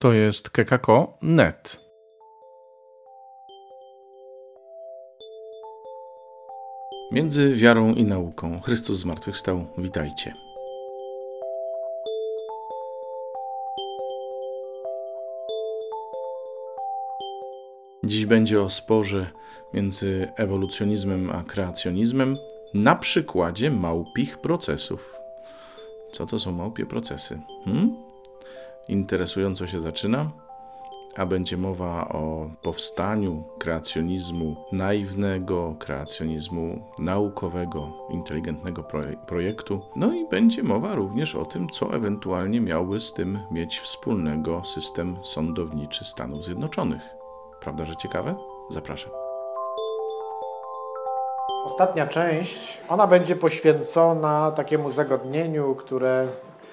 To jest kekako.net. Między wiarą i nauką. Chrystus zmartwychwstał. Witajcie. Dziś będzie o sporze między ewolucjonizmem a kreacjonizmem na przykładzie małpich procesów. Co to są małpie procesy? Interesująco się zaczyna, a będzie mowa o powstaniu kreacjonizmu naiwnego, kreacjonizmu naukowego, inteligentnego projektu. No i będzie mowa również o tym, co ewentualnie miałby z tym mieć wspólnego system sądowniczy Stanów Zjednoczonych. Prawda, że ciekawe? Zapraszam. Ostatnia część, ona będzie poświęcona takiemu zagadnieniu, które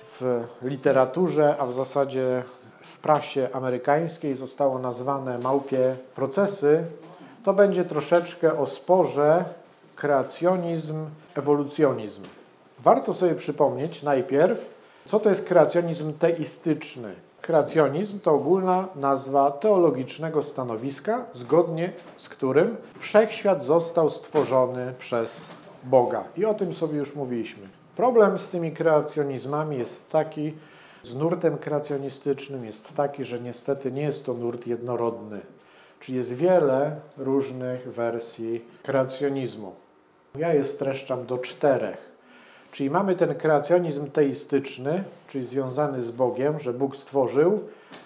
w literaturze, a w zasadzie w prasie amerykańskiej zostało nazwane małpie procesy. To będzie troszeczkę o sporze kreacjonizm, ewolucjonizm. Warto sobie przypomnieć najpierw, co to jest kreacjonizm teistyczny. Kreacjonizm to ogólna nazwa teologicznego stanowiska, zgodnie z którym wszechświat został stworzony przez Boga. I o tym sobie już mówiliśmy. Problem z tymi kreacjonizmami jest taki, z nurtem kreacjonistycznym jest taki, że niestety nie jest to nurt jednorodny. Czyli jest wiele różnych wersji kreacjonizmu. Ja je streszczam do 4. Czyli mamy ten kreacjonizm teistyczny, czyli związany z Bogiem, że Bóg stworzył.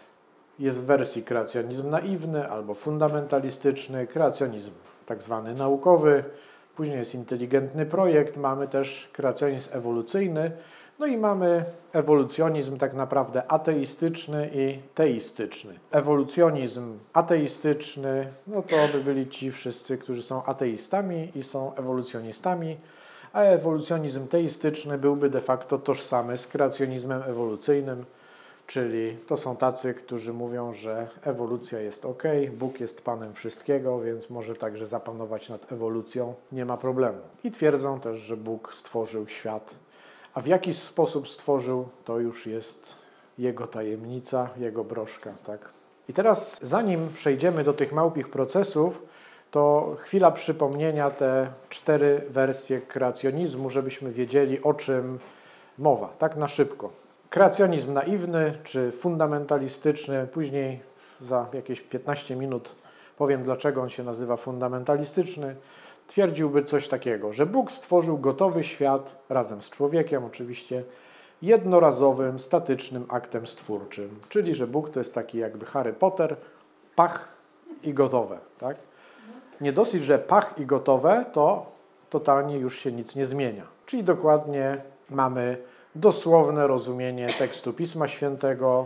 Jest w wersji kreacjonizm naiwny albo fundamentalistyczny, kreacjonizm tak zwany naukowy. Później jest inteligentny projekt, mamy też kreacjonizm ewolucyjny. No i mamy ewolucjonizm tak naprawdę ateistyczny i teistyczny. Ewolucjonizm ateistyczny, no to by byli ci wszyscy, którzy są ateistami i są ewolucjonistami, a ewolucjonizm teistyczny byłby de facto tożsamy z kreacjonizmem ewolucyjnym, czyli to są tacy, którzy mówią, że ewolucja jest ok, Bóg jest Panem wszystkiego, więc może także zapanować nad ewolucją, nie ma problemu. I twierdzą też, że Bóg stworzył świat, a w jakiś sposób stworzył, to już jest Jego tajemnica, Jego broszka, tak? I teraz, zanim przejdziemy do tych małpich procesów, to chwila przypomnienia te 4 wersje kreacjonizmu, żebyśmy wiedzieli, o czym mowa, tak na szybko. Kreacjonizm naiwny czy fundamentalistyczny, później za jakieś 15 minut powiem, dlaczego on się nazywa fundamentalistyczny, twierdziłby coś takiego, że Bóg stworzył gotowy świat razem z człowiekiem, oczywiście jednorazowym, statycznym aktem stwórczym. Czyli, że Bóg to jest taki jakby Harry Potter, pach i gotowe, tak? Nie dosyć, że pach i gotowe, to totalnie już się nic nie zmienia. Czyli dokładnie mamy dosłowne rozumienie tekstu Pisma Świętego.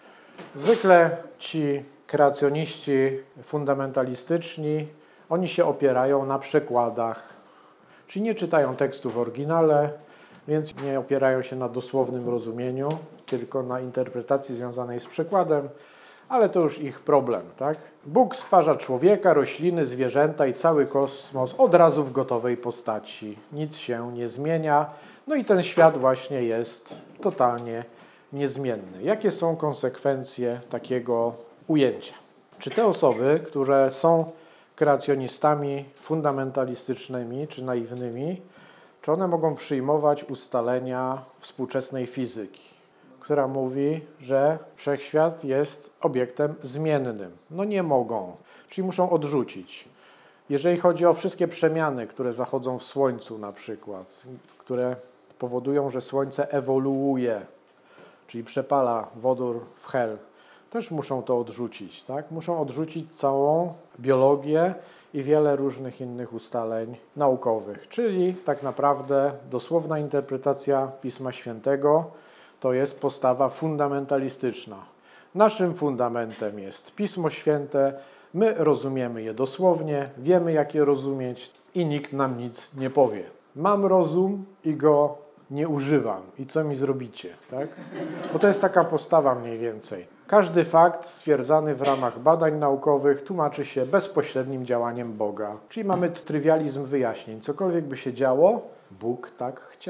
Zwykle ci kreacjoniści fundamentalistyczni, oni się opierają na przekładach, czyli nie czytają tekstu w oryginale, więc nie opierają się na dosłownym rozumieniu, tylko na interpretacji związanej z przekładem, ale to już ich problem, tak? Bóg stwarza człowieka, rośliny, zwierzęta i cały kosmos od razu w gotowej postaci. Nic się nie zmienia. No i ten świat właśnie jest totalnie niezmienny. Jakie są konsekwencje takiego ujęcia? Czy te osoby, które są kreacjonistami fundamentalistycznymi czy naiwnymi, czy one mogą przyjmować ustalenia współczesnej fizyki, która mówi, że wszechświat jest obiektem zmiennym? No nie mogą, czyli muszą odrzucić. Jeżeli chodzi o wszystkie przemiany, które zachodzą w Słońcu na przykład, które powodują, że Słońce ewoluuje, czyli przepala wodór w hel, też muszą to odrzucić, tak? Muszą odrzucić całą biologię i wiele różnych innych ustaleń naukowych. Czyli tak naprawdę dosłowna interpretacja Pisma Świętego to jest postawa fundamentalistyczna. Naszym fundamentem jest Pismo Święte, my rozumiemy je dosłownie, wiemy jak je rozumieć i nikt nam nic nie powie. Mam rozum i go nie używam. I co mi zrobicie, tak? Bo to jest taka postawa mniej więcej. Każdy fakt stwierdzany w ramach badań naukowych tłumaczy się bezpośrednim działaniem Boga. Czyli mamy trywializm wyjaśnień. Cokolwiek by się działo, Bóg tak chciał.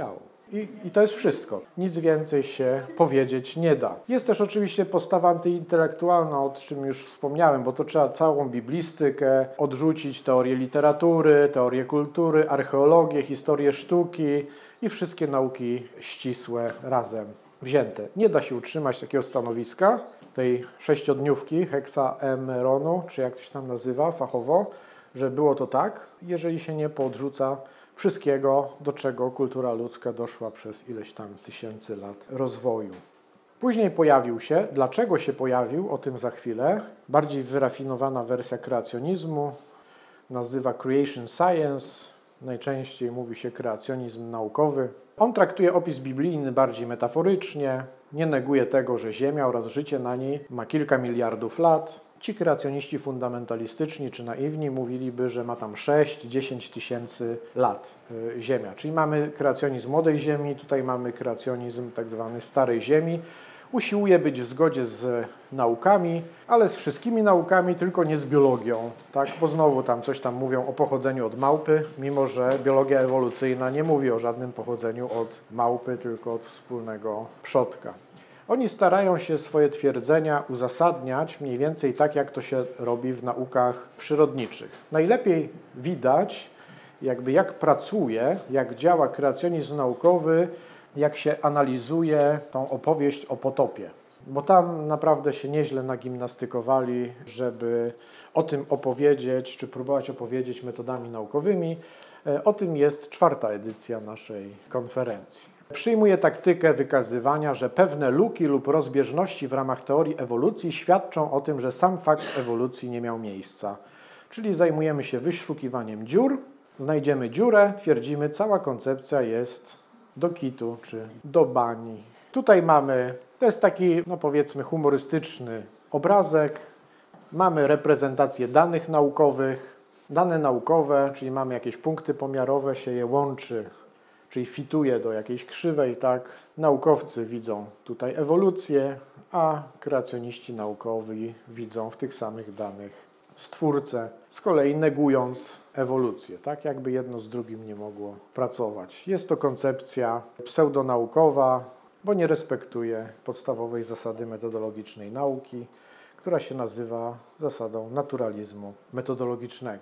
I to jest wszystko. Nic więcej się powiedzieć nie da. Jest też oczywiście postawa antyintelektualna, o czym już wspomniałem, bo to trzeba całą biblistykę odrzucić, teorię literatury, teorię kultury, archeologię, historię sztuki i wszystkie nauki ścisłe razem wzięte. Nie da się utrzymać takiego stanowiska, tej sześciodniówki heksaemeronu, czy jak to się tam nazywa fachowo, że było to tak, jeżeli się nie poodrzuca wszystkiego, do czego kultura ludzka doszła przez ileś tam tysięcy lat rozwoju. Później pojawił się, dlaczego się pojawił, o tym za chwilę, bardziej wyrafinowana wersja kreacjonizmu, nazywa Creation Science, najczęściej mówi się kreacjonizm naukowy. On traktuje opis biblijny bardziej metaforycznie, nie neguje tego, że Ziemia oraz życie na niej ma kilka miliardów lat. Ci kreacjoniści fundamentalistyczni czy naiwni mówiliby, że ma tam 6-10 tysięcy lat Ziemia. Czyli mamy kreacjonizm młodej Ziemi, tutaj mamy kreacjonizm tak zwany starej Ziemi. Usiłuje być w zgodzie z naukami, ale z wszystkimi naukami, tylko nie z biologią, tak? Bo znowu tam coś tam mówią o pochodzeniu od małpy, mimo że biologia ewolucyjna nie mówi o żadnym pochodzeniu od małpy, tylko od wspólnego przodka. Oni starają się swoje twierdzenia uzasadniać mniej więcej tak, jak to się robi w naukach przyrodniczych. Najlepiej widać, jak pracuje, jak działa kreacjonizm naukowy, jak się analizuje tą opowieść o potopie. Bo tam naprawdę się nieźle nagimnastykowali, żeby o tym opowiedzieć, czy próbować opowiedzieć metodami naukowymi. O tym jest 4. edycja naszej konferencji. Przyjmuje taktykę wykazywania, że pewne luki lub rozbieżności w ramach teorii ewolucji świadczą o tym, że sam fakt ewolucji nie miał miejsca. Czyli zajmujemy się wyszukiwaniem dziur, znajdziemy dziurę, twierdzimy, cała koncepcja jest do kitu czy do bani. Tutaj mamy, to jest taki, powiedzmy, humorystyczny obrazek. Mamy reprezentację danych naukowych. Dane naukowe, czyli mamy jakieś punkty pomiarowe, się je łączy, czyli fituje do jakiejś krzywej, tak? Naukowcy widzą tutaj ewolucję, a kreacjoniści naukowi widzą w tych samych danych stwórcę, z kolei negując ewolucję, tak? Jakby jedno z drugim nie mogło pracować. Jest to koncepcja pseudonaukowa, bo nie respektuje podstawowej zasady metodologicznej nauki, która się nazywa zasadą naturalizmu metodologicznego.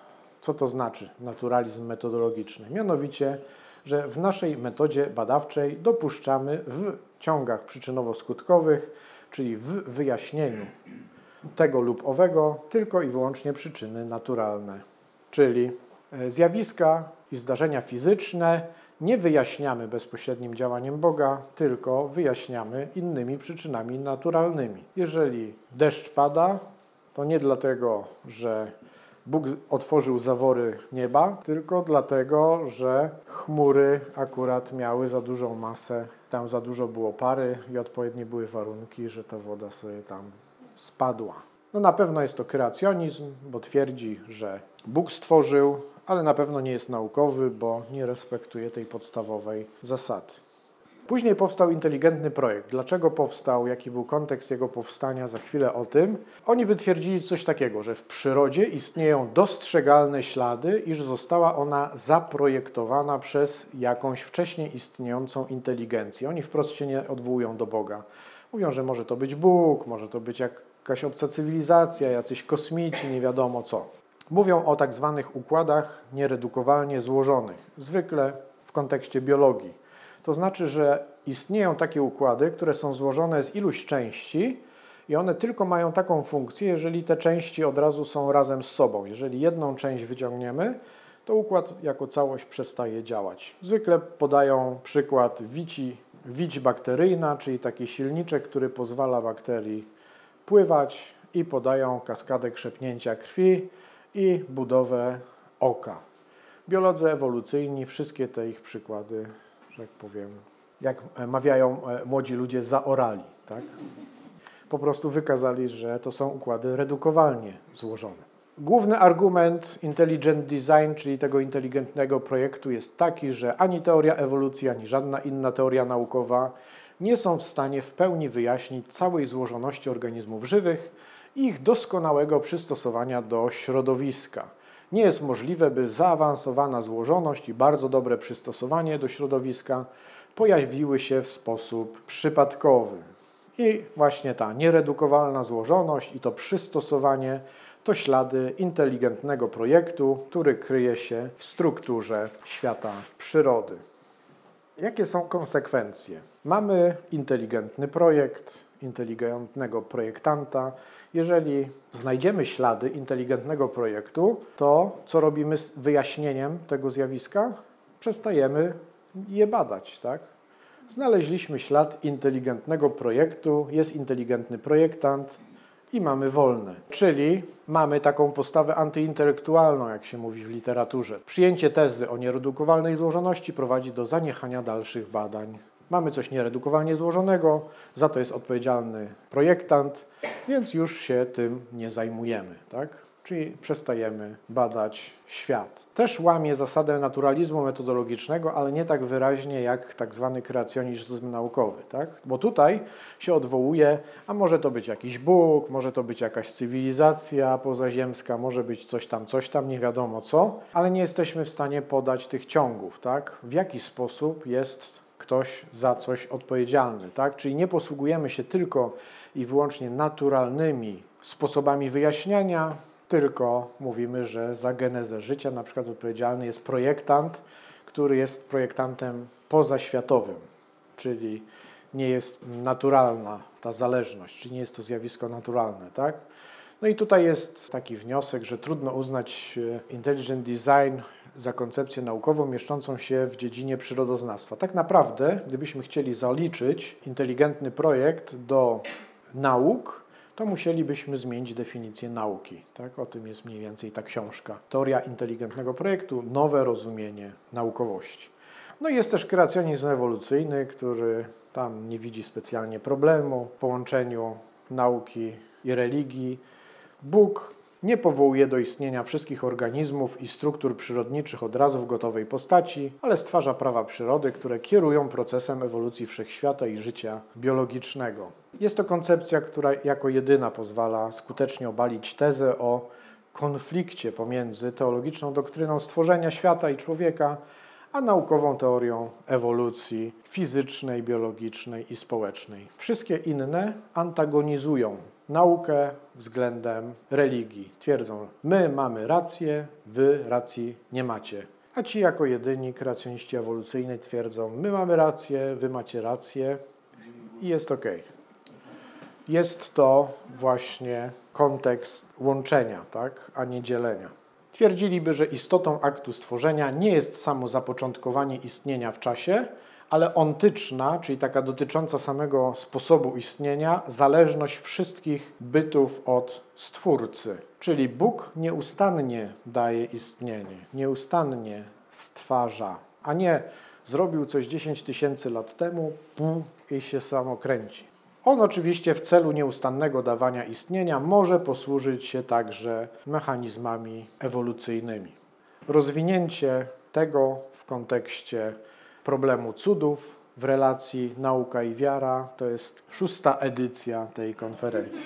Co to znaczy naturalizm metodologiczny? Mianowicie, że w naszej metodzie badawczej dopuszczamy w ciągach przyczynowo-skutkowych, czyli w wyjaśnieniu tego lub owego, tylko i wyłącznie przyczyny naturalne. Czyli zjawiska i zdarzenia fizyczne nie wyjaśniamy bezpośrednim działaniem Boga, tylko wyjaśniamy innymi przyczynami naturalnymi. Jeżeli deszcz pada, to nie dlatego, że Bóg otworzył zawory nieba, tylko dlatego, że chmury akurat miały za dużą masę, tam za dużo było pary i odpowiednie były warunki, że ta woda sobie tam spadła. Na pewno jest to kreacjonizm, bo twierdzi, że Bóg stworzył, ale na pewno nie jest naukowy, bo nie respektuje tej podstawowej zasady. Później powstał inteligentny projekt. Dlaczego powstał, jaki był kontekst jego powstania, za chwilę o tym. Oni by twierdzili coś takiego, że w przyrodzie istnieją dostrzegalne ślady, iż została ona zaprojektowana przez jakąś wcześniej istniejącą inteligencję. Oni wprost się nie odwołują do Boga. Mówią, że może to być Bóg, może to być jakaś obca cywilizacja, jacyś kosmici, nie wiadomo co. Mówią o tak zwanych układach nieredukowalnie złożonych, zwykle w kontekście biologii. To znaczy, że istnieją takie układy, które są złożone z iluś części i one tylko mają taką funkcję, jeżeli te części od razu są razem z sobą. Jeżeli jedną część wyciągniemy, to układ jako całość przestaje działać. Zwykle podają przykład wić bakteryjna, czyli taki silniczek, który pozwala bakterii pływać, i podają kaskadę krzepnięcia krwi i budowę oka. Biolodzy ewolucyjni wszystkie te ich przykłady, że tak powiem, jak mawiają młodzi ludzie, zaorali, tak? Po prostu wykazali, że to są układy redukowalnie złożone. Główny argument Intelligent Design, czyli tego inteligentnego projektu, jest taki, że ani teoria ewolucji, ani żadna inna teoria naukowa nie są w stanie w pełni wyjaśnić całej złożoności organizmów żywych i ich doskonałego przystosowania do środowiska. Nie jest możliwe, by zaawansowana złożoność i bardzo dobre przystosowanie do środowiska pojawiły się w sposób przypadkowy. I właśnie ta nieredukowalna złożoność i to przystosowanie to ślady inteligentnego projektu, który kryje się w strukturze świata przyrody. Jakie są konsekwencje? Mamy inteligentny projekt, inteligentnego projektanta. Jeżeli znajdziemy ślady inteligentnego projektu, to co robimy z wyjaśnieniem tego zjawiska? Przestajemy je badać, tak? Znaleźliśmy ślad inteligentnego projektu, jest inteligentny projektant i mamy wolne. Czyli mamy taką postawę antyintelektualną, jak się mówi w literaturze. Przyjęcie tezy o nieredukowalnej złożoności prowadzi do zaniechania dalszych badań. Mamy coś nieredukowalnie złożonego, za to jest odpowiedzialny projektant, więc już się tym nie zajmujemy, tak? Czyli przestajemy badać świat. Też łamie zasadę naturalizmu metodologicznego, ale nie tak wyraźnie jak tak zwany kreacjonizm naukowy, tak? Bo tutaj się odwołuje, a może to być jakiś Bóg, może to być jakaś cywilizacja pozaziemska, może być coś tam, nie wiadomo co, ale nie jesteśmy w stanie podać tych ciągów, tak? W jaki sposób jest ktoś za coś odpowiedzialny, tak? Czyli nie posługujemy się tylko i wyłącznie naturalnymi sposobami wyjaśniania, tylko mówimy, że za genezę życia na przykład odpowiedzialny jest projektant, który jest projektantem pozaświatowym, czyli nie jest naturalna ta zależność, czyli nie jest to zjawisko naturalne, tak? No i tutaj jest taki wniosek, że trudno uznać intelligent design za koncepcję naukową mieszczącą się w dziedzinie przyrodoznawstwa. Tak naprawdę, gdybyśmy chcieli zaliczyć inteligentny projekt do nauk, to musielibyśmy zmienić definicję nauki. Tak? O tym jest mniej więcej ta książka. Teoria inteligentnego projektu, nowe rozumienie naukowości. No i jest też kreacjonizm ewolucyjny, który tam nie widzi specjalnie problemu w połączeniu nauki i religii. Bóg nie powołuje do istnienia wszystkich organizmów i struktur przyrodniczych od razu w gotowej postaci, ale stwarza prawa przyrody, które kierują procesem ewolucji wszechświata i życia biologicznego. Jest to koncepcja, która jako jedyna pozwala skutecznie obalić tezę o konflikcie pomiędzy teologiczną doktryną stworzenia świata i człowieka, a naukową teorią ewolucji fizycznej, biologicznej i społecznej. Wszystkie inne antagonizują naukę względem religii. Twierdzą, my mamy rację, wy racji nie macie. A ci jako jedyni kreacjoniści ewolucyjni twierdzą, my mamy rację, wy macie rację i jest ok. Jest to właśnie kontekst łączenia, tak, a nie dzielenia. Twierdziliby, że istotą aktu stworzenia nie jest samo zapoczątkowanie istnienia w czasie, ale ontyczna, czyli taka dotycząca samego sposobu istnienia, zależność wszystkich bytów od Stwórcy. Czyli Bóg nieustannie daje istnienie, nieustannie stwarza, a nie zrobił coś 10 000 lat temu i się samo kręci. On oczywiście w celu nieustannego dawania istnienia może posłużyć się także mechanizmami ewolucyjnymi. Rozwinięcie tego w kontekście problemu cudów w relacji nauka i wiara to jest 6. edycja tej konferencji.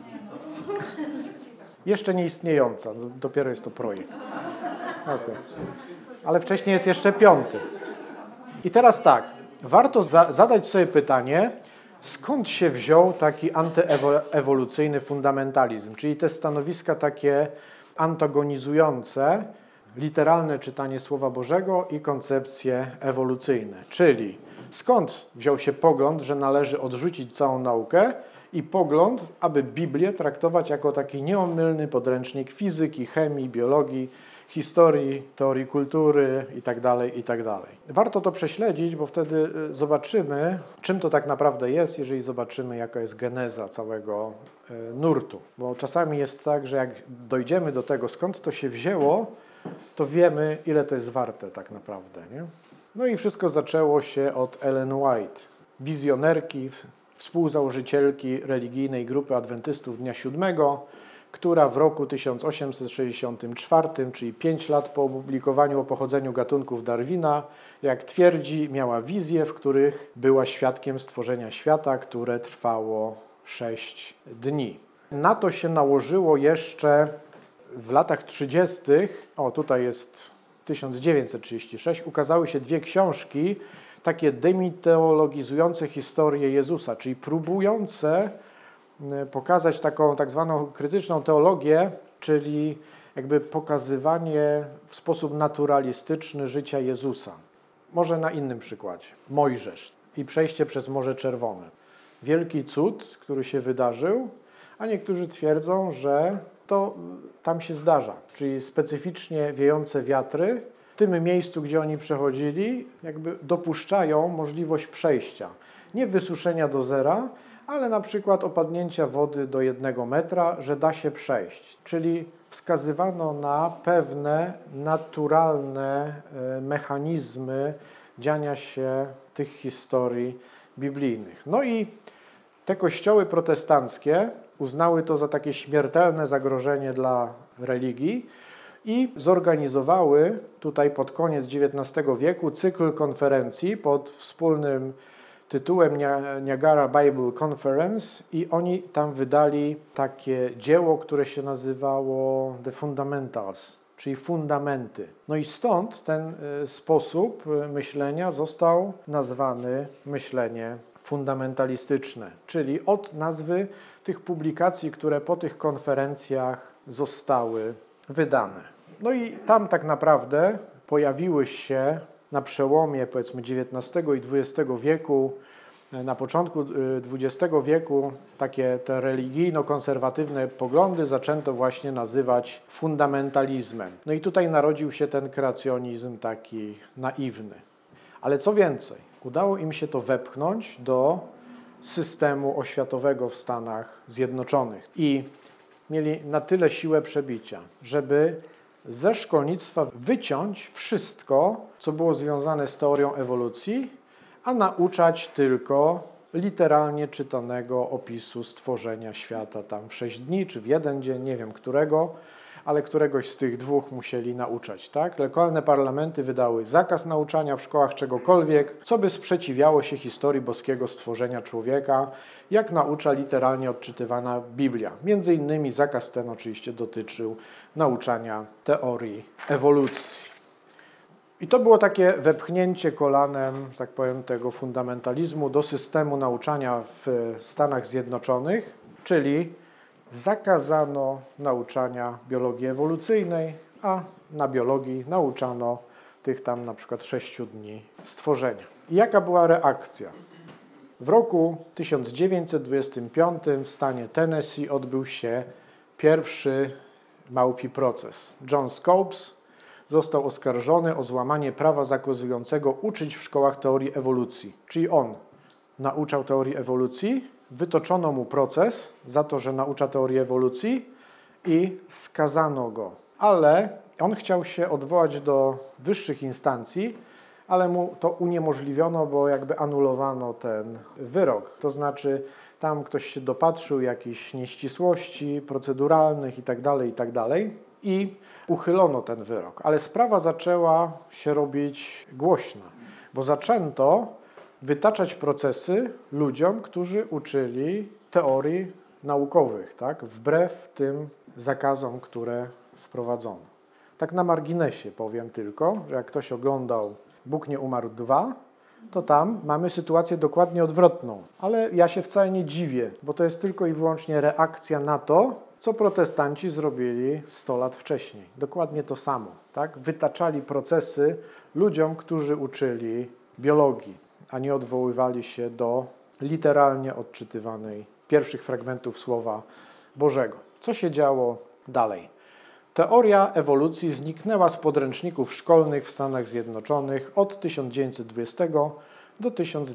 Jeszcze nie istniejąca, dopiero jest to projekt. Okay. Ale wcześniej jest jeszcze 5. I teraz tak, warto zadać sobie pytanie, skąd się wziął taki antyewolucyjny fundamentalizm, czyli te stanowiska takie antagonizujące literalne czytanie Słowa Bożego i koncepcje ewolucyjne. Czyli skąd wziął się pogląd, że należy odrzucić całą naukę i pogląd, aby Biblię traktować jako taki nieomylny podręcznik fizyki, chemii, biologii, historii, teorii kultury itd., itd. Warto to prześledzić, bo wtedy zobaczymy, czym to tak naprawdę jest, jeżeli zobaczymy, jaka jest geneza całego nurtu. Bo czasami jest tak, że jak dojdziemy do tego, skąd to się wzięło, to wiemy, ile to jest warte tak naprawdę, nie? No i wszystko zaczęło się od Ellen White, wizjonerki, współzałożycielki religijnej grupy adwentystów Dnia Siódmego, która w roku 1864, czyli 5 lat po opublikowaniu o pochodzeniu gatunków Darwina, jak twierdzi, miała wizje, w których była świadkiem stworzenia świata, które trwało 6 dni. Na to się nałożyło jeszcze w latach 30., tutaj jest 1936, ukazały się dwie książki, takie demiteologizujące historię Jezusa, czyli próbujące pokazać taką tak zwaną krytyczną teologię, czyli jakby pokazywanie w sposób naturalistyczny życia Jezusa. Może na innym przykładzie. Mojżesz i przejście przez Morze Czerwone. Wielki cud, który się wydarzył, a niektórzy twierdzą, że to tam się zdarza, czyli specyficznie wiejące wiatry w tym miejscu, gdzie oni przechodzili, jakby dopuszczają możliwość przejścia. Nie wysuszenia do zera, ale na przykład opadnięcia wody do 1 metra, że da się przejść. Czyli wskazywano na pewne naturalne mechanizmy dziania się tych historii biblijnych. No i te kościoły protestanckie uznały to za takie śmiertelne zagrożenie dla religii i zorganizowały tutaj pod koniec XIX wieku cykl konferencji pod wspólnym tytułem Niagara Bible Conference i oni tam wydali takie dzieło, które się nazywało The Fundamentals, czyli fundamenty. No i stąd ten sposób myślenia został nazwany myślenie fundamentalistyczne, czyli od nazwy tych publikacji, które po tych konferencjach zostały wydane. No i tam tak naprawdę pojawiły się na przełomie powiedzmy XIX i XX wieku, na początku XX wieku takie te religijno-konserwatywne poglądy zaczęto właśnie nazywać fundamentalizmem. No i tutaj narodził się ten kreacjonizm taki naiwny. Ale co więcej, udało im się to wepchnąć do systemu oświatowego w Stanach Zjednoczonych i mieli na tyle siłę przebicia, żeby ze szkolnictwa wyciąć wszystko, co było związane z teorią ewolucji, a nauczać tylko literalnie czytanego opisu stworzenia świata tam w 6 dni, czy w 1 dzień, nie wiem którego, ale któregoś z tych dwóch musieli nauczać. Tak? Lokalne parlamenty wydały zakaz nauczania w szkołach czegokolwiek, co by sprzeciwiało się historii boskiego stworzenia człowieka, jak naucza literalnie odczytywana Biblia. Między innymi zakaz ten oczywiście dotyczył nauczania teorii ewolucji. I to było takie wepchnięcie kolanem, że tak powiem, tego fundamentalizmu do systemu nauczania w Stanach Zjednoczonych, czyli zakazano nauczania biologii ewolucyjnej, a na biologii nauczano tych tam na przykład 6 dni stworzenia. I jaka była reakcja? W roku 1925 w stanie Tennessee odbył się pierwszy małpi proces. John Scopes został oskarżony o złamanie prawa zakazującego uczyć w szkołach teorii ewolucji. Czyli on nauczał teorii ewolucji, wytoczono mu proces za to, że naucza teorii ewolucji i skazano go. Ale on chciał się odwołać do wyższych instancji, ale mu to uniemożliwiono, bo jakby anulowano ten wyrok. To znaczy tam ktoś się dopatrzył jakichś nieścisłości proceduralnych itd. I uchylono ten wyrok. Ale sprawa zaczęła się robić głośna, bo zaczęto wytaczać procesy ludziom, którzy uczyli teorii naukowych, tak? Wbrew tym zakazom, które wprowadzono. Tak na marginesie powiem tylko, że jak ktoś oglądał Bóg nie umarł 2, to tam mamy sytuację dokładnie odwrotną. Ale ja się wcale nie dziwię, bo to jest tylko i wyłącznie reakcja na to, co protestanci zrobili 100 lat wcześniej. Dokładnie to samo. Tak? Wytaczali procesy ludziom, którzy uczyli biologii, a nie odwoływali się do literalnie odczytywanej pierwszych fragmentów Słowa Bożego. Co się działo dalej? Teoria ewolucji zniknęła z podręczników szkolnych w Stanach Zjednoczonych od 1920 do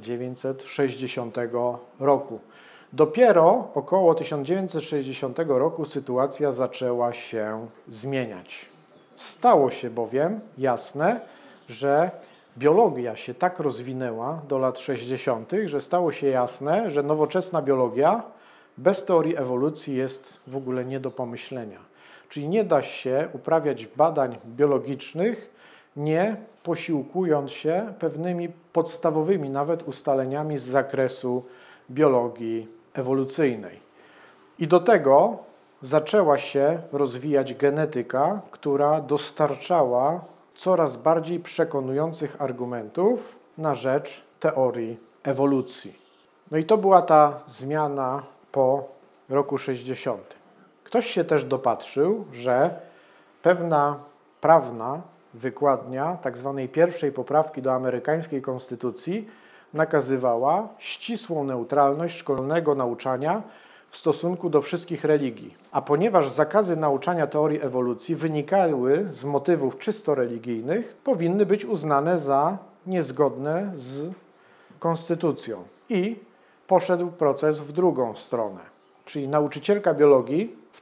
1960 roku. Dopiero około 1960 roku sytuacja zaczęła się zmieniać. Stało się bowiem jasne, że biologia się tak rozwinęła do lat 60., że stało się jasne, że nowoczesna biologia bez teorii ewolucji jest w ogóle nie do pomyślenia. Czyli nie da się uprawiać badań biologicznych, nie posiłkując się pewnymi podstawowymi nawet ustaleniami z zakresu biologii ewolucyjnej. I do tego zaczęła się rozwijać genetyka, która dostarczała coraz bardziej przekonujących argumentów na rzecz teorii ewolucji. No i to była ta zmiana po roku 60. Ktoś się też dopatrzył, że pewna prawna wykładnia tzw. pierwszej poprawki do amerykańskiej konstytucji nakazywała ścisłą neutralność szkolnego nauczania w stosunku do wszystkich religii. A ponieważ zakazy nauczania teorii ewolucji wynikały z motywów czysto religijnych, powinny być uznane za niezgodne z konstytucją. I poszedł proces w drugą stronę. Czyli nauczycielka biologii w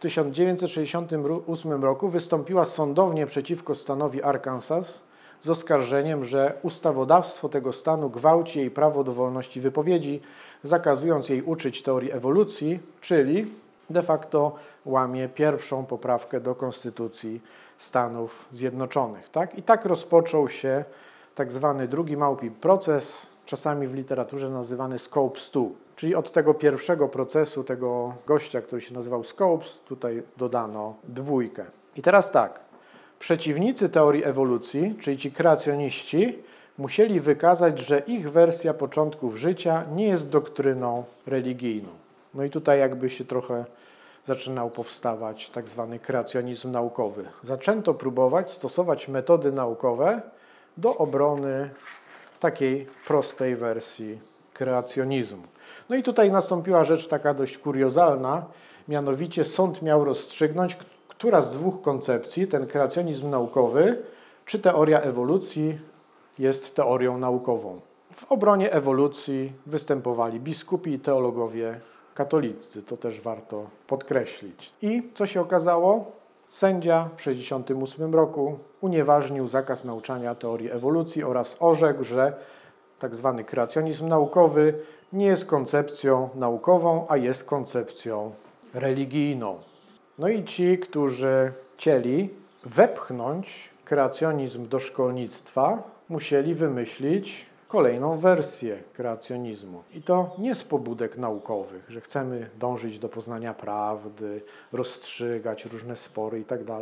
1968 roku wystąpiła sądownie przeciwko stanowi Arkansas z oskarżeniem, że ustawodawstwo tego stanu gwałci jej prawo do wolności wypowiedzi, zakazując jej uczyć teorii ewolucji, czyli de facto łamie pierwszą poprawkę do Konstytucji Stanów Zjednoczonych. Tak? I tak rozpoczął się tak zwany drugi małpi proces, czasami w literaturze nazywany Scopes II. Czyli od tego pierwszego procesu, tego gościa, który się nazywał Scopes, tutaj dodano dwójkę. I teraz tak, przeciwnicy teorii ewolucji, czyli ci kreacjoniści, musieli wykazać, że ich wersja początków życia nie jest doktryną religijną. No i tutaj jakby się trochę zaczynał powstawać tak zwany kreacjonizm naukowy. Zaczęto próbować stosować metody naukowe do obrony takiej prostej wersji kreacjonizmu. No i tutaj nastąpiła rzecz taka dość kuriozalna, mianowicie sąd miał rozstrzygnąć, która z dwóch koncepcji, ten kreacjonizm naukowy czy teoria ewolucji, jest teorią naukową. W obronie ewolucji występowali biskupi i teologowie katolicy, to też warto podkreślić. I co się okazało? Sędzia w 1968 roku unieważnił zakaz nauczania teorii ewolucji oraz orzekł, że tzw. kreacjonizm naukowy nie jest koncepcją naukową, a jest koncepcją religijną. No i ci, którzy chcieli wepchnąć kreacjonizm do szkolnictwa, musieli wymyślić kolejną wersję kreacjonizmu. I to nie z pobudek naukowych, że chcemy dążyć do poznania prawdy, rozstrzygać różne spory itd.,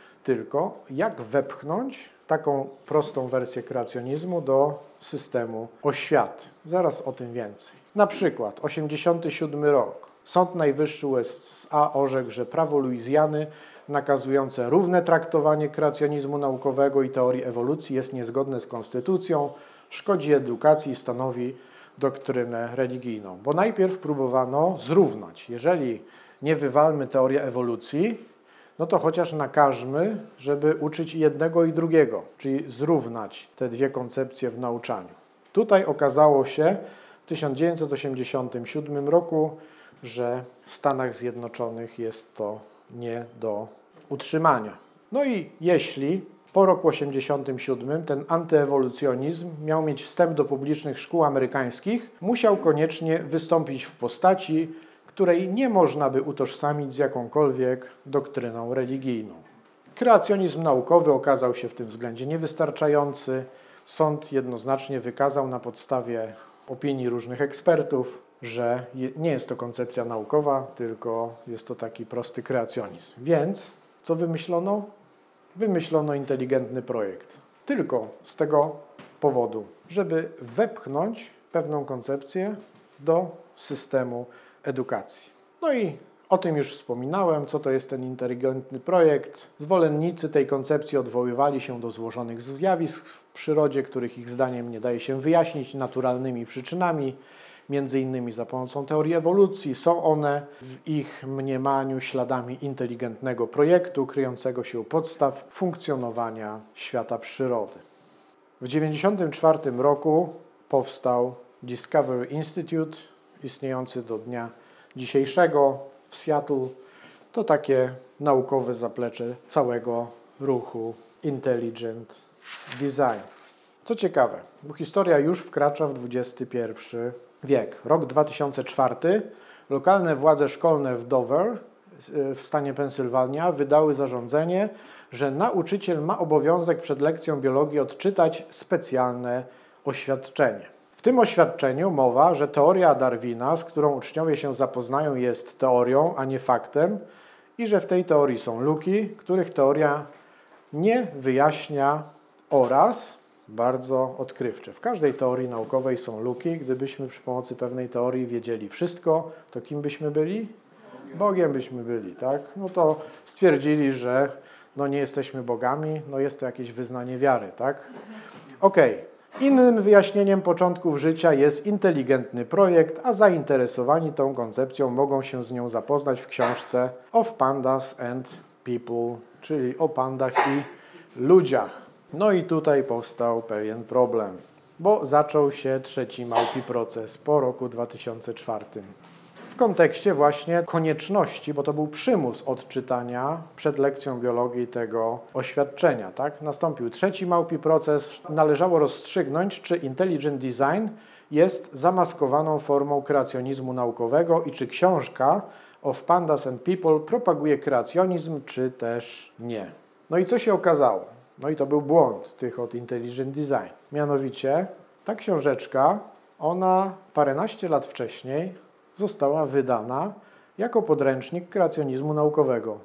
tylko jak wepchnąć taką prostą wersję kreacjonizmu do systemu oświaty. Zaraz o tym więcej. Na przykład 1987 rok. Sąd Najwyższy USA orzekł, że prawo Luizjany nakazujące równe traktowanie kreacjonizmu naukowego i teorii ewolucji jest niezgodne z konstytucją, szkodzi edukacji i stanowi doktrynę religijną. Bo najpierw próbowano zrównać. Jeżeli nie wywalmy teorię ewolucji, no to chociaż nakażmy, żeby uczyć jednego i drugiego, czyli zrównać te dwie koncepcje w nauczaniu. Tutaj okazało się w 1987 roku, że w Stanach Zjednoczonych jest to nie do utrzymania. No i jeśli po roku 1987 ten antyewolucjonizm miał mieć wstęp do publicznych szkół amerykańskich, musiał koniecznie wystąpić w postaci, której nie można by utożsamić z jakąkolwiek doktryną religijną. Kreacjonizm naukowy okazał się w tym względzie niewystarczający. Sąd jednoznacznie wykazał na podstawie opinii różnych ekspertów, że nie jest to koncepcja naukowa, tylko jest to taki prosty kreacjonizm. Więc co wymyślono? Wymyślono inteligentny projekt. Tylko z tego powodu, żeby wepchnąć pewną koncepcję do systemu edukacji. No i o tym już wspominałem, co to jest ten inteligentny projekt. Zwolennicy tej koncepcji odwoływali się do złożonych zjawisk w przyrodzie, których ich zdaniem nie daje się wyjaśnić naturalnymi przyczynami, między innymi za pomocą teorii ewolucji. Są one w ich mniemaniu śladami inteligentnego projektu, kryjącego się u podstaw funkcjonowania świata przyrody. W 1994 roku powstał Discovery Institute, istniejący do dnia dzisiejszego w Seattle. To takie naukowe zaplecze całego ruchu Intelligent Design. Co ciekawe, bo historia już wkracza w XXI wiek. Rok 2004. Lokalne władze szkolne w Dover w stanie Pensylwania wydały zarządzenie, że nauczyciel ma obowiązek przed lekcją biologii odczytać specjalne oświadczenie. W tym oświadczeniu mowa, że teoria Darwina, z którą uczniowie się zapoznają, jest teorią, a nie faktem i że w tej teorii są luki, których teoria nie wyjaśnia oraz bardzo odkrywcze. W każdej teorii naukowej są luki. Gdybyśmy przy pomocy pewnej teorii wiedzieli wszystko, to kim byśmy byli? Bogiem byśmy byli, tak? No to stwierdzili, że nie jesteśmy bogami, jest to jakieś wyznanie wiary, tak? Okej. Innym wyjaśnieniem początków życia jest inteligentny projekt, a zainteresowani tą koncepcją mogą się z nią zapoznać w książce Of Pandas and People, czyli o pandach i ludziach. No i tutaj powstał pewien problem, bo zaczął się trzeci małpi proces po roku 2004. W kontekście właśnie konieczności, bo to był przymus odczytania przed lekcją biologii tego oświadczenia. Tak? Nastąpił trzeci małpi proces. Należało rozstrzygnąć, czy intelligent design jest zamaskowaną formą kreacjonizmu naukowego i czy książka Of Pandas and People propaguje kreacjonizm, czy też nie. No i co się okazało? No i to był błąd tych od intelligent design. Mianowicie ta książeczka, ona paręnaście lat wcześniej została wydana jako podręcznik kreacjonizmu naukowego.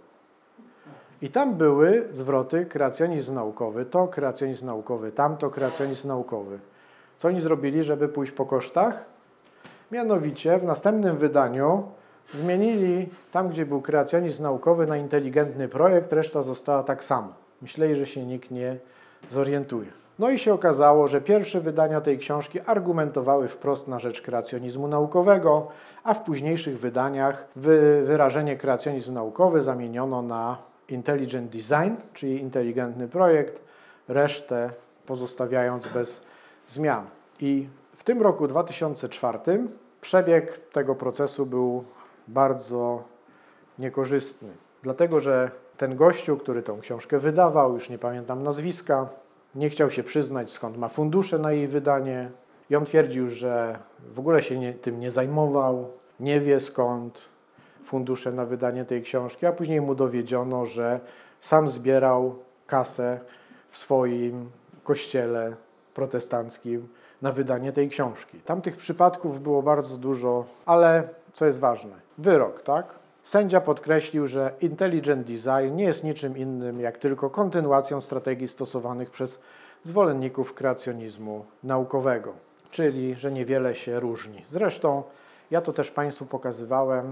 I tam były zwroty kreacjonizm naukowy, to kreacjonizm naukowy, tamto kreacjonizm naukowy. Co oni zrobili, żeby pójść po kosztach? Mianowicie w następnym wydaniu zmienili tam, gdzie był kreacjonizm naukowy, na inteligentny projekt, reszta została tak samo. Myśleli, że się nikt nie zorientuje. No i się okazało, że pierwsze wydania tej książki argumentowały wprost na rzecz kreacjonizmu naukowego, a w późniejszych wydaniach wyrażenie kreacjonizm naukowy zamieniono na intelligent design, czyli inteligentny projekt, resztę pozostawiając bez zmian. I w tym roku 2004 przebieg tego procesu był bardzo niekorzystny, dlatego że ten gościu, który tą książkę wydawał, już nie pamiętam nazwiska, nie chciał się przyznać, skąd ma fundusze na jej wydanie. I on twierdził, że w ogóle się tym nie zajmował, nie wie skąd fundusze na wydanie tej książki, a później mu dowiedziono, że sam zbierał kasę w swoim kościele protestanckim na wydanie tej książki. Tamtych przypadków było bardzo dużo, ale co jest ważne, wyrok, tak? Sędzia podkreślił, że intelligent design nie jest niczym innym, jak tylko kontynuacją strategii stosowanych przez zwolenników kreacjonizmu naukowego, czyli że niewiele się różni. Zresztą ja to też Państwu pokazywałem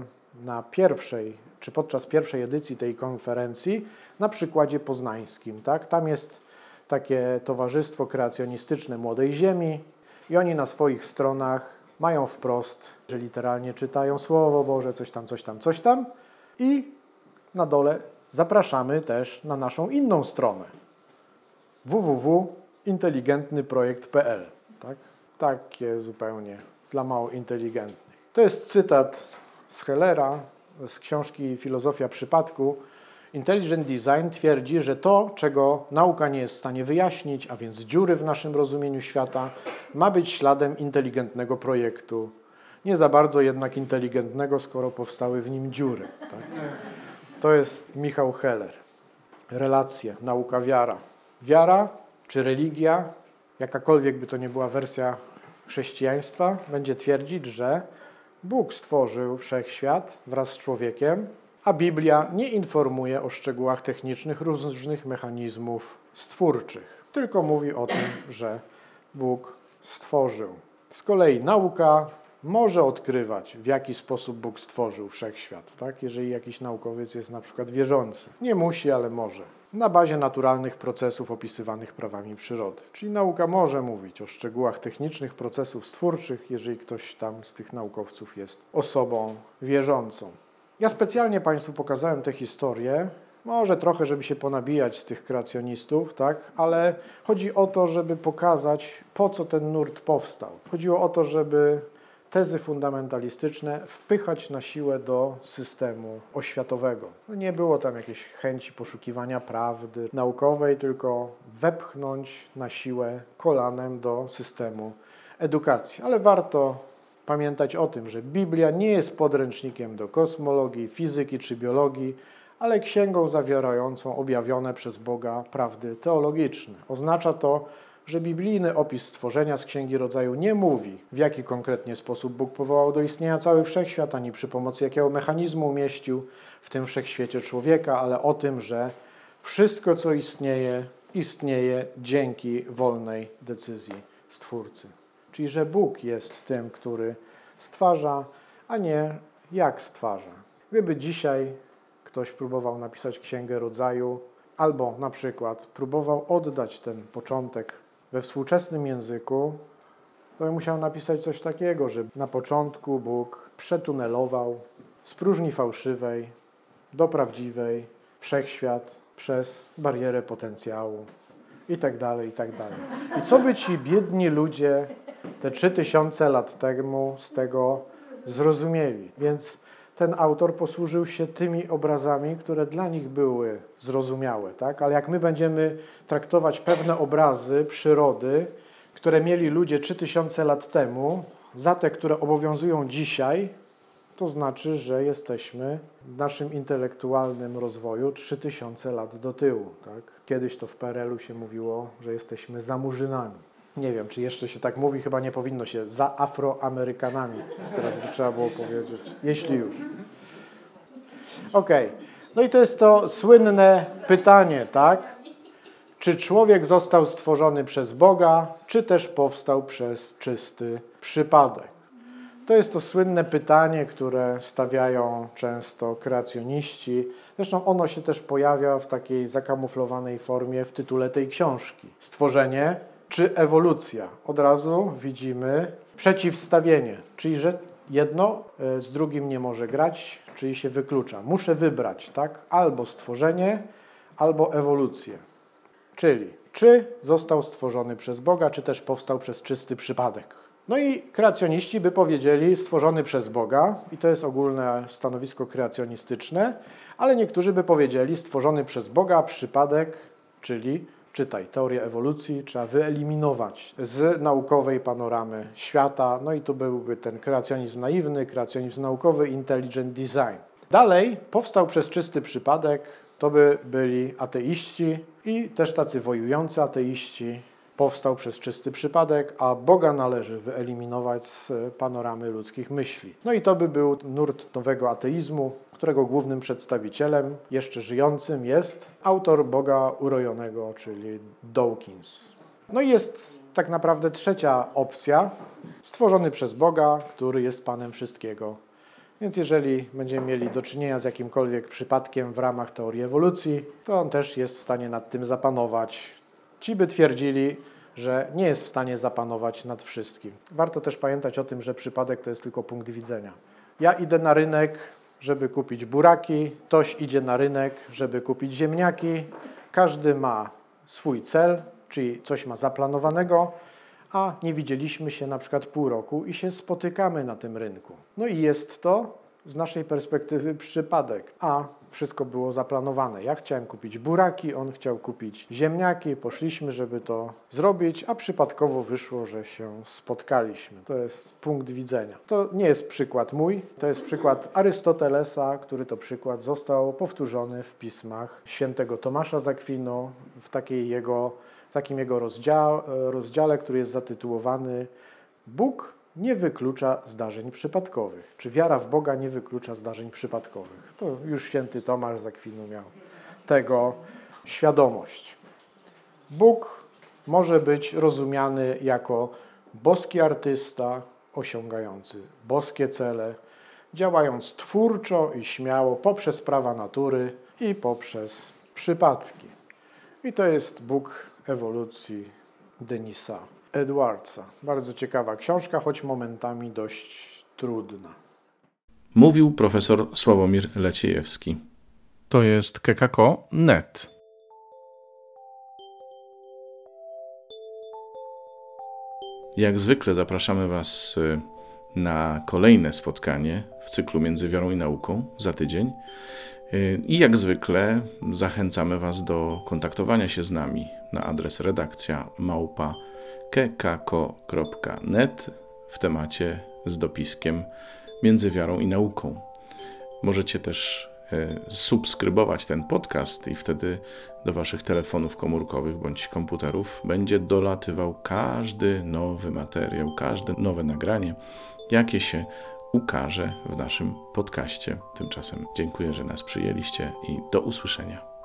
podczas pierwszej edycji tej konferencji na przykładzie poznańskim. Tak? Tam jest takie towarzystwo kreacjonistyczne Młodej Ziemi i oni na swoich stronach mają wprost, że literalnie czytają Słowo Boże, coś tam i na dole zapraszamy też na naszą inną stronę www.inteligentnyprojekt.pl. Tak? Takie zupełnie dla mało inteligentnych. To jest cytat z Hellera z książki Filozofia przypadku. Intelligent design twierdzi, że to, czego nauka nie jest w stanie wyjaśnić, a więc dziury w naszym rozumieniu świata, ma być śladem inteligentnego projektu. Nie za bardzo jednak inteligentnego, skoro powstały w nim dziury. Tak? To jest Michał Heller. Relacje, nauka, wiara. Wiara czy religia, jakakolwiek by to nie była wersja chrześcijaństwa, będzie twierdzić, że Bóg stworzył wszechświat wraz z człowiekiem, a Biblia nie informuje o szczegółach technicznych różnych mechanizmów stwórczych, tylko mówi o tym, że Bóg stworzył. Z kolei nauka może odkrywać, w jaki sposób Bóg stworzył wszechświat, tak? Jeżeli jakiś naukowiec jest na przykład wierzący. Nie musi, ale może. Na bazie naturalnych procesów opisywanych prawami przyrody. Czyli nauka może mówić o szczegółach technicznych procesów stwórczych, jeżeli ktoś tam z tych naukowców jest osobą wierzącą. Ja specjalnie Państwu pokazałem tę historię, może trochę, żeby się ponabijać z tych kreacjonistów, tak? Ale chodzi o to, żeby pokazać, po co ten nurt powstał. Chodziło o to, żeby tezy fundamentalistyczne wpychać na siłę do systemu oświatowego. Nie było tam jakiejś chęci poszukiwania prawdy naukowej, tylko wepchnąć na siłę kolanem do systemu edukacji. Ale warto pamiętać o tym, że Biblia nie jest podręcznikiem do kosmologii, fizyki czy biologii, ale księgą zawierającą objawione przez Boga prawdy teologiczne. Oznacza to, że biblijny opis stworzenia z Księgi Rodzaju nie mówi, w jaki konkretnie sposób Bóg powołał do istnienia cały wszechświat, ani przy pomocy jakiego mechanizmu umieścił w tym wszechświecie człowieka, ale o tym, że wszystko, co istnieje, istnieje dzięki wolnej decyzji Stwórcy. Czyli, że Bóg jest tym, który stwarza, a nie jak stwarza. Gdyby dzisiaj ktoś próbował napisać Księgę Rodzaju, albo na przykład próbował oddać ten początek we współczesnym języku, to by musiał napisać coś takiego, że na początku Bóg przetunelował z próżni fałszywej do prawdziwej wszechświat przez barierę potencjału i tak dalej, i tak dalej. I co by ci biedni ludzie te 3000 lat temu z tego zrozumieli? Więc ten autor posłużył się tymi obrazami, które dla nich były zrozumiałe, tak? Ale jak my będziemy traktować pewne obrazy przyrody, które mieli ludzie 3000 lat temu, za te, które obowiązują dzisiaj, to znaczy, że jesteśmy w naszym intelektualnym rozwoju 3000 lat do tyłu. Tak? Kiedyś to w PRL-u się mówiło, że jesteśmy za Murzynami. Nie wiem, czy jeszcze się tak mówi, chyba nie powinno się, za Afroamerykanami. Teraz by trzeba było powiedzieć, jeśli już. Okej. No i to jest to słynne pytanie, tak? Czy człowiek został stworzony przez Boga, czy też powstał przez czysty przypadek? To jest to słynne pytanie, które stawiają często kreacjoniści. Zresztą ono się też pojawia w takiej zakamuflowanej formie w tytule tej książki. Stworzenie czy ewolucja? Od razu widzimy przeciwstawienie, czyli że jedno z drugim nie może grać, czyli się wyklucza. Muszę wybrać, tak? Albo stworzenie, albo ewolucję. Czyli czy został stworzony przez Boga, czy też powstał przez czysty przypadek. No i kreacjoniści by powiedzieli stworzony przez Boga, i to jest ogólne stanowisko kreacjonistyczne, ale niektórzy by powiedzieli stworzony przez Boga przypadek, czyli, czytaj, teorię ewolucji trzeba wyeliminować z naukowej panoramy świata, no i tu byłby ten kreacjonizm naiwny, kreacjonizm naukowy, intelligent design. Dalej powstał przez czysty przypadek, to by byli ateiści i też tacy wojujący ateiści. Powstał przez czysty przypadek, a Boga należy wyeliminować z panoramy ludzkich myśli. No i to by był nurt nowego ateizmu, którego głównym przedstawicielem, jeszcze żyjącym, jest autor Boga urojonego, czyli Dawkins. No i jest tak naprawdę trzecia opcja, stworzony przez Boga, który jest Panem wszystkiego. Więc jeżeli będziemy mieli do czynienia z jakimkolwiek przypadkiem w ramach teorii ewolucji, to on też jest w stanie nad tym zapanować. Ci by twierdzili, że nie jest w stanie zapanować nad wszystkim. Warto też pamiętać o tym, że przypadek to jest tylko punkt widzenia. Ja idę na rynek, żeby kupić buraki, ktoś idzie na rynek, żeby kupić ziemniaki. Każdy ma swój cel, czyli coś ma zaplanowanego, a nie widzieliśmy się na przykład pół roku i się spotykamy na tym rynku. No i jest to z naszej perspektywy przypadek, a wszystko było zaplanowane. Ja chciałem kupić buraki, on chciał kupić ziemniaki, poszliśmy, żeby to zrobić, a przypadkowo wyszło, że się spotkaliśmy. To jest punkt widzenia. To nie jest przykład mój, to jest przykład Arystotelesa, który to przykład został powtórzony w pismach świętego Tomasza z Akwinu, w takim jego rozdziale, który jest zatytułowany Bóg nie wyklucza zdarzeń przypadkowych. Czy wiara w Boga nie wyklucza zdarzeń przypadkowych? To już święty Tomasz z Akwinu miał tego świadomość. Bóg może być rozumiany jako boski artysta osiągający boskie cele, działając twórczo i śmiało poprzez prawa natury i poprzez przypadki. I to jest Bóg ewolucji Denisa Edwardsa. Bardzo ciekawa książka, choć momentami dość trudna. Mówił profesor Sławomir Leciejewski. To jest kekako.net. Jak zwykle zapraszamy Was na kolejne spotkanie w cyklu Między Wiarą i Nauką za tydzień. I jak zwykle zachęcamy Was do kontaktowania się z nami na adres redakcja@kekako.net w temacie z dopiskiem Między Wiarą i Nauką. Możecie też subskrybować ten podcast i wtedy do Waszych telefonów komórkowych bądź komputerów będzie dolatywał każdy nowy materiał, każde nowe nagranie, jakie się ukaże w naszym podcaście. Tymczasem dziękuję, że nas przyjęliście i do usłyszenia.